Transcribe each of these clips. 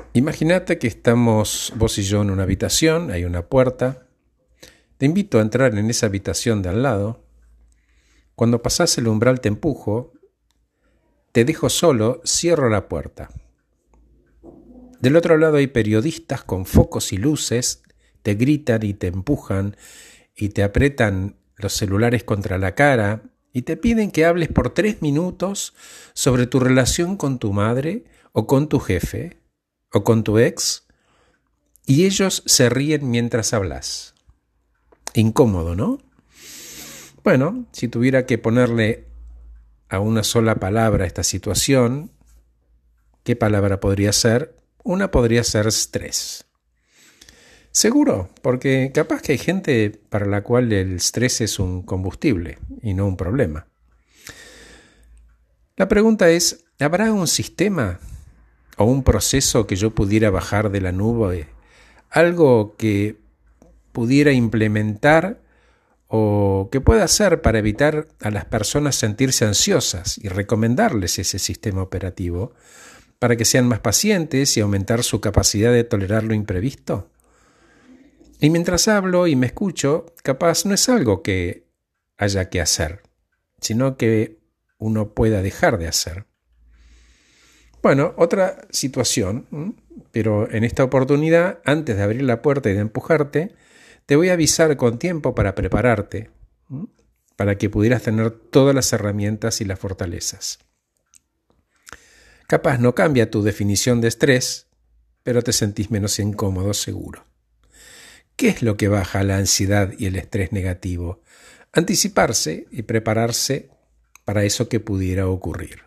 Imagínate que estamos vos y yo en una habitación, hay una puerta. Te invito a entrar en esa habitación de al lado. Cuando pasás el umbral te empujo, te dejo solo, cierro la puerta. Del otro lado hay periodistas con focos y luces, te gritan y te empujan y te aprietan los celulares contra la cara y te piden que hables por 3 minutos sobre tu relación con tu madre o con tu jefe o con tu ex, y ellos se ríen mientras hablas. Incómodo, ¿no? Bueno, si tuviera que ponerle a una sola palabra a esta situación, ¿qué palabra podría ser? Una podría ser estrés. Seguro, porque capaz que hay gente para la cual el estrés es un combustible y no un problema. La pregunta es, ¿habrá un sistema o un proceso que yo pudiera bajar de la nube? Algo que pudiera implementar o que pueda hacer para evitar a las personas sentirse ansiosas y recomendarles ese sistema operativo para que sean más pacientes y aumentar su capacidad de tolerar lo imprevisto. Y mientras hablo y me escucho, capaz no es algo que haya que hacer, sino que uno pueda dejar de hacer. Bueno, otra situación, pero en esta oportunidad, antes de abrir la puerta y de empujarte, te voy a avisar con tiempo para prepararte, para que pudieras tener todas las herramientas y las fortalezas. Capaz no cambia tu definición de estrés, pero te sentís menos incómodo seguro. ¿Qué es lo que baja la ansiedad y el estrés negativo? Anticiparse y prepararse para eso que pudiera ocurrir.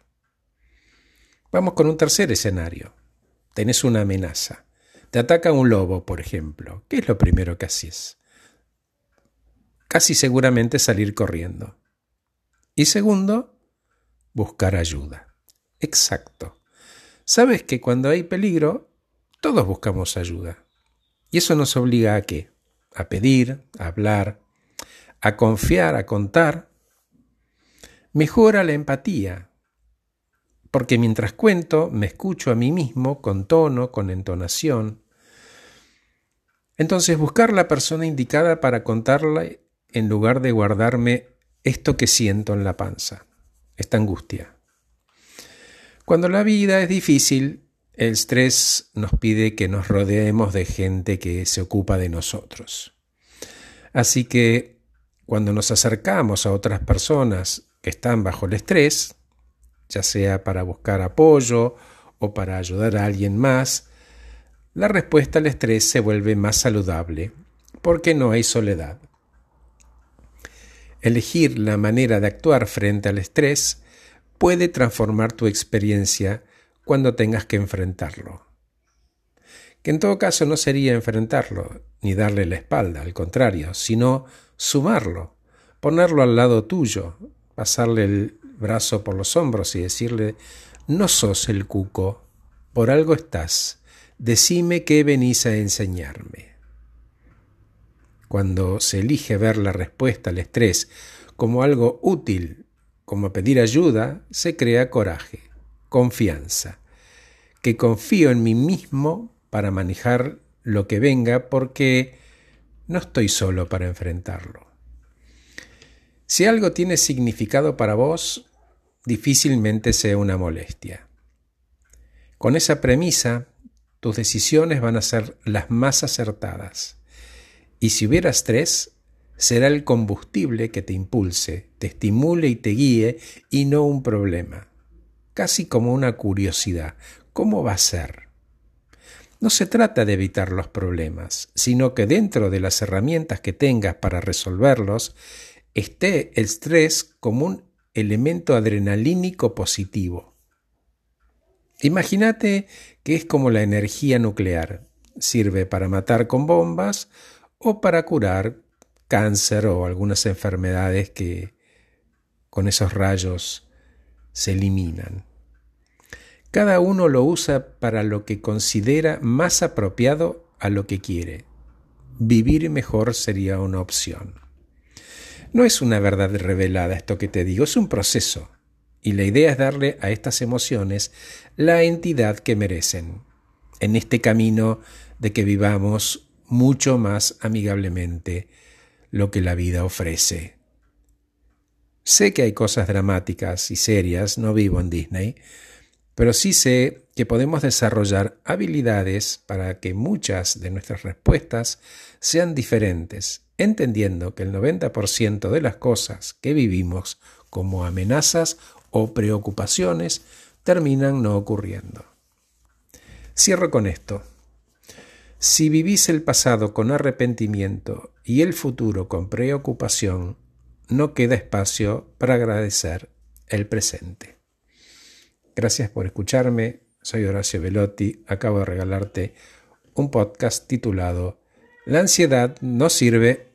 Vamos con un tercer escenario. Tenés una amenaza. Te ataca un lobo, por ejemplo. ¿Qué es lo primero que haces? Casi seguramente salir corriendo. Y segundo, buscar ayuda. Exacto. Sabes que cuando hay peligro, todos buscamos ayuda. Y eso nos obliga ¿a qué? A pedir, a hablar, a confiar, a contar. Mejora la empatía. Porque mientras cuento, me escucho a mí mismo con tono, con entonación. Entonces, buscar la persona indicada para contarla en lugar de guardarme esto que siento en la panza, esta angustia. Cuando la vida es difícil, el estrés nos pide que nos rodeemos de gente que se ocupa de nosotros. Así que, cuando nos acercamos a otras personas que están bajo el estrés, ya sea para buscar apoyo o para ayudar a alguien más, la respuesta al estrés se vuelve más saludable porque no hay soledad. Elegir la manera de actuar frente al estrés puede transformar tu experiencia cuando tengas que enfrentarlo. Que en todo caso no sería enfrentarlo ni darle la espalda, al contrario, sino sumarlo, ponerlo al lado tuyo, pasarle el brazo por los hombros y decirle: no sos el cuco, por algo estás, decime qué venís a enseñarme. Cuando se elige ver la respuesta al estrés como algo útil, como pedir ayuda, se crea coraje, confianza, que confío en mí mismo para manejar lo que venga porque no estoy solo para enfrentarlo. Si algo tiene significado para vos, difícilmente sea una molestia. Con esa premisa, tus decisiones van a ser las más acertadas. Y si hubiera estrés, será el combustible que te impulse, te estimule y te guíe, y no un problema. Casi como una curiosidad. ¿Cómo va a ser? No se trata de evitar los problemas, sino que dentro de las herramientas que tengas para resolverlos, esté el estrés como un elemento adrenalínico positivo. Imagínate que es como la energía nuclear. Sirve para matar con bombas o para curar cáncer o algunas enfermedades que con esos rayos se eliminan. Cada uno lo usa para lo que considera más apropiado a lo que quiere. Vivir mejor sería una opción. No es una verdad revelada esto que te digo, es un proceso. Y la idea es darle a estas emociones la entidad que merecen. en este camino de que vivamos mucho más amigablemente lo que la vida ofrece. Sé que hay cosas dramáticas y serias, no vivo en Disney, pero sí sé que podemos desarrollar habilidades para que muchas de nuestras respuestas sean diferentes, entendiendo que el 90% de las cosas que vivimos como amenazas o preocupaciones terminan no ocurriendo. Cierro con esto. Si vivís el pasado con arrepentimiento y el futuro con preocupación, no queda espacio para agradecer el presente. Gracias por escucharme. Soy Horacio Velotti. Acabo de regalarte un podcast titulado La ansiedad no sirve